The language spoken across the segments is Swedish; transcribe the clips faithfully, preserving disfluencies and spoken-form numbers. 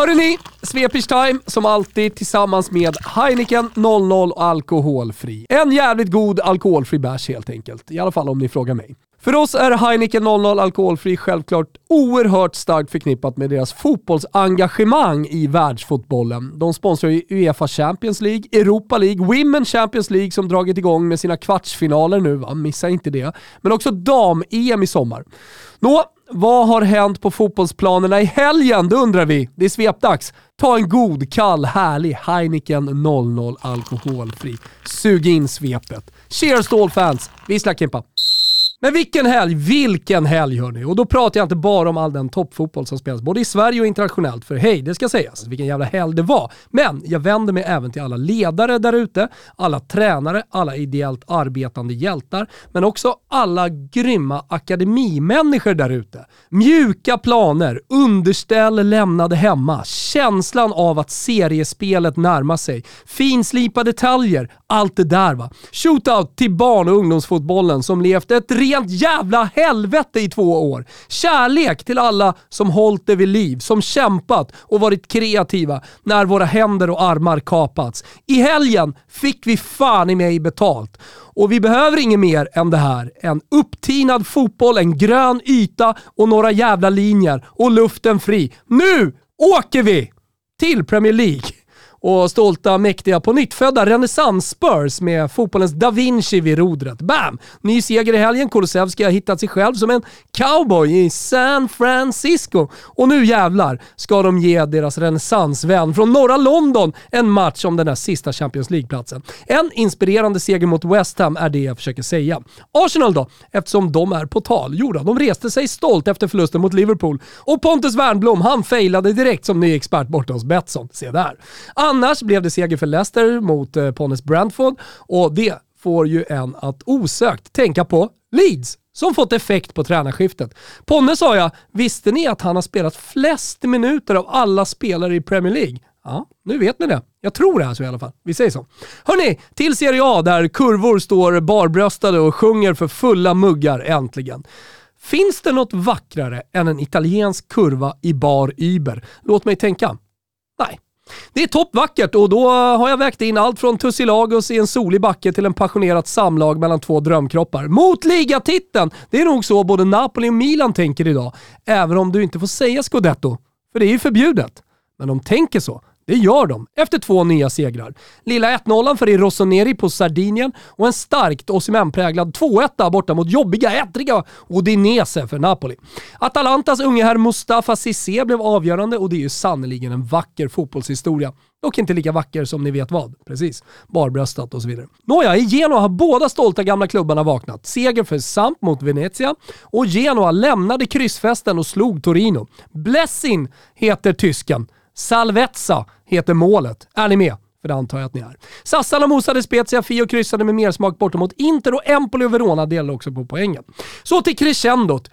Hörrni, Svepers Time som alltid tillsammans med Heineken noll noll alkoholfri. En jävligt god alkoholfri bärs helt enkelt. I alla fall om ni frågar mig. För oss är Heineken noll noll alkoholfri självklart oerhört starkt förknippat med deras fotbollsengagemang i världsfotbollen. De sponsrar ju UEFA Champions League, Europa League, Women Champions League som dragit igång med sina kvartsfinaler nu, va? Missa inte det. Men också dam-E M i sommar. Nå, vad har hänt på fotbollsplanerna i helgen? Det undrar vi. Det är svepdags. Ta en god, kall, härlig Heineken noll noll alkoholfri. Sug in svepet. Cheers to all fans. Vissla Kimpa. Men vilken helg, vilken helg hörni. Och då pratar jag inte bara om all den toppfotboll som spelas både i Sverige och internationellt. För hej, det ska sägas, vilken jävla helg det var. Men jag vänder mig även till alla ledare där ute, alla tränare, alla ideellt arbetande hjältar, men också alla grymma akademimänniskor där ute. Mjuka planer, underställ lämnade hemma, känslan av att seriespelet närmar sig, finslipa detaljer, allt det där va. Shootout till barn- och ungdomsfotbollen som levt ett rent jävla helvete i två år. Kärlek till alla som hållit det vid liv, som kämpat och varit kreativa när våra händer och armar kapats. I helgen fick vi fan i mig betalt. Och vi behöver inget mer än det här. En upptinad fotboll, en grön yta och några jävla linjer och luften fri. Nu åker vi till Premier League! Och stolta, mäktiga, på nyttfödda renässans Spurs med fotbollens Da Vinci vid rodret. Bam! Ny seger i helgen. Kulusevski har hittat sig själv som en cowboy i San Francisco. Och nu jävlar ska de ge deras renässansvän från norra London en match om den här sista Champions League-platsen. En inspirerande seger mot West Ham är det jag försöker säga. Arsenal då, eftersom de är på tal. Jo då, de reste sig stolt efter förlusten mot Liverpool. Och Pontus Wernbloom, han failade direkt som ny expert borta hos Betsson. Se där. Annars blev det seger för Leicester mot eh, Ponnes Brentford och det får ju en att osökt tänka på Leeds som fått effekt på tränarskiftet. Ponne sa jag, visste ni att han har spelat flest minuter av alla spelare i Premier League? Ja, nu vet ni det. Jag tror det här så i alla fall. Vi säger så. Hörrni, till Serie A där kurvor står barbröstade och sjunger för fulla muggar äntligen. Finns det något vackrare än en italiensk kurva i bar Uber? Låt mig tänka. Nej. Det är toppvackert och då har jag vägt in allt från Tussilagos i en solig backe till en passionerat samlag mellan två drömkroppar. Mot ligatiteln! Det är nog så både Napoli och Milan tänker idag. Även om du inte får säga Scudetto. För det är ju förbjudet. Men de tänker så. Det gör de efter två nya segrar. Lilla ett noll för i Rossoneri på Sardinien och en starkt Osimhen-präglad två ett borta mot jobbiga, ettriga Udinese för Napoli. Atalantas unge herr Mustafa Cissé blev avgörande och det är ju sannoliken en vacker fotbollshistoria. Dock inte lika vacker som ni vet vad. Precis. Barbröstat och så vidare. Nåja, i Genoa har båda stolta gamla klubbarna vaknat. Seger för Samp mot Venezia och Genoa lämnade kryssfesten och slog Torino. Blessing heter tysken. Salvezza heter målet. Är ni med? För det antar jag att ni är. Sassarna mosade Spezia, Fio kryssade med mer smak bort mot Inter och Empoli och Verona delar också på poängen. Så till crescendot.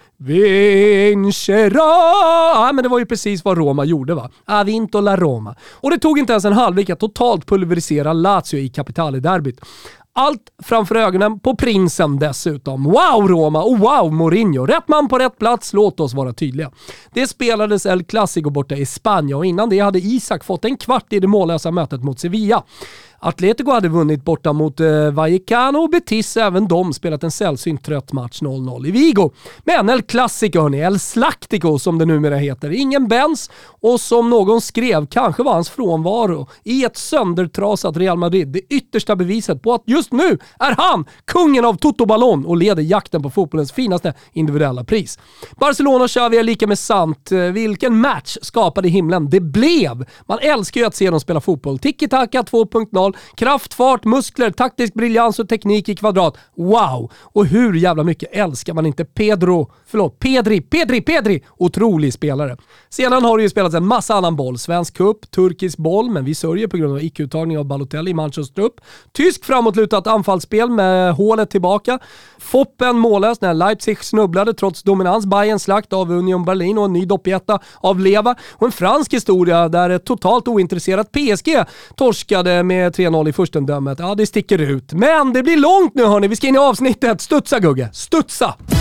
Vincera! Ja, men det var ju precis vad Roma gjorde va? Ha vinto la Roma. Och det tog inte ens en halvlek att totalt pulverisera Lazio i Capitale-derbyt. Allt framför ögonen på prinsen dessutom. Wow Roma och wow Mourinho. Rätt man på rätt plats, låt oss vara tydliga. Det spelades El Clasico borta i Spanien och innan det hade Isak fått en kvart i det mållösa mötet mot Sevilla. Atletico hade vunnit borta mot eh, Vallecano och Betis, även de spelat en sällsynt trött match noll noll i Vigo. Men El Clasico hörni, El Slactico som det numera heter. Ingen Benz och som någon skrev, kanske var hans frånvaro i ett söndertrasat Real Madrid det yttersta beviset på att just nu är han kungen av Toto Ballon och leder jakten på fotbollens finaste individuella pris. Barcelona och Xavi är lika med sant. Vilken match skapade himlen det blev. Man älskar ju att se dem spela fotboll. Tiki-taka två punkt noll. Kraft, fart, muskler, taktisk briljans och teknik i kvadrat. Wow! Och hur jävla mycket älskar man inte Pedro, förlåt, Pedri, Pedri, Pedri. Otrolig spelare. Sedan har det ju spelats en massa annan boll. Svensk cup, turkisk boll, men vi sörjer på grund av icke-uttagning av Balotelli i Manchester upp. Tysk framåtlutat anfallsspel med hålet tillbaka. Foppen mållös när Leipzig snubblade trots dominans. Bayern slakt av Union Berlin och en ny doppjätta av Leva. Och en fransk historia där ett totalt ointresserat P S G torskade med tre noll i förstendömet. Ja, det sticker ut. Men det blir långt nu hörni. Vi ska in i avsnittet. Studsa Gugge. Studsa!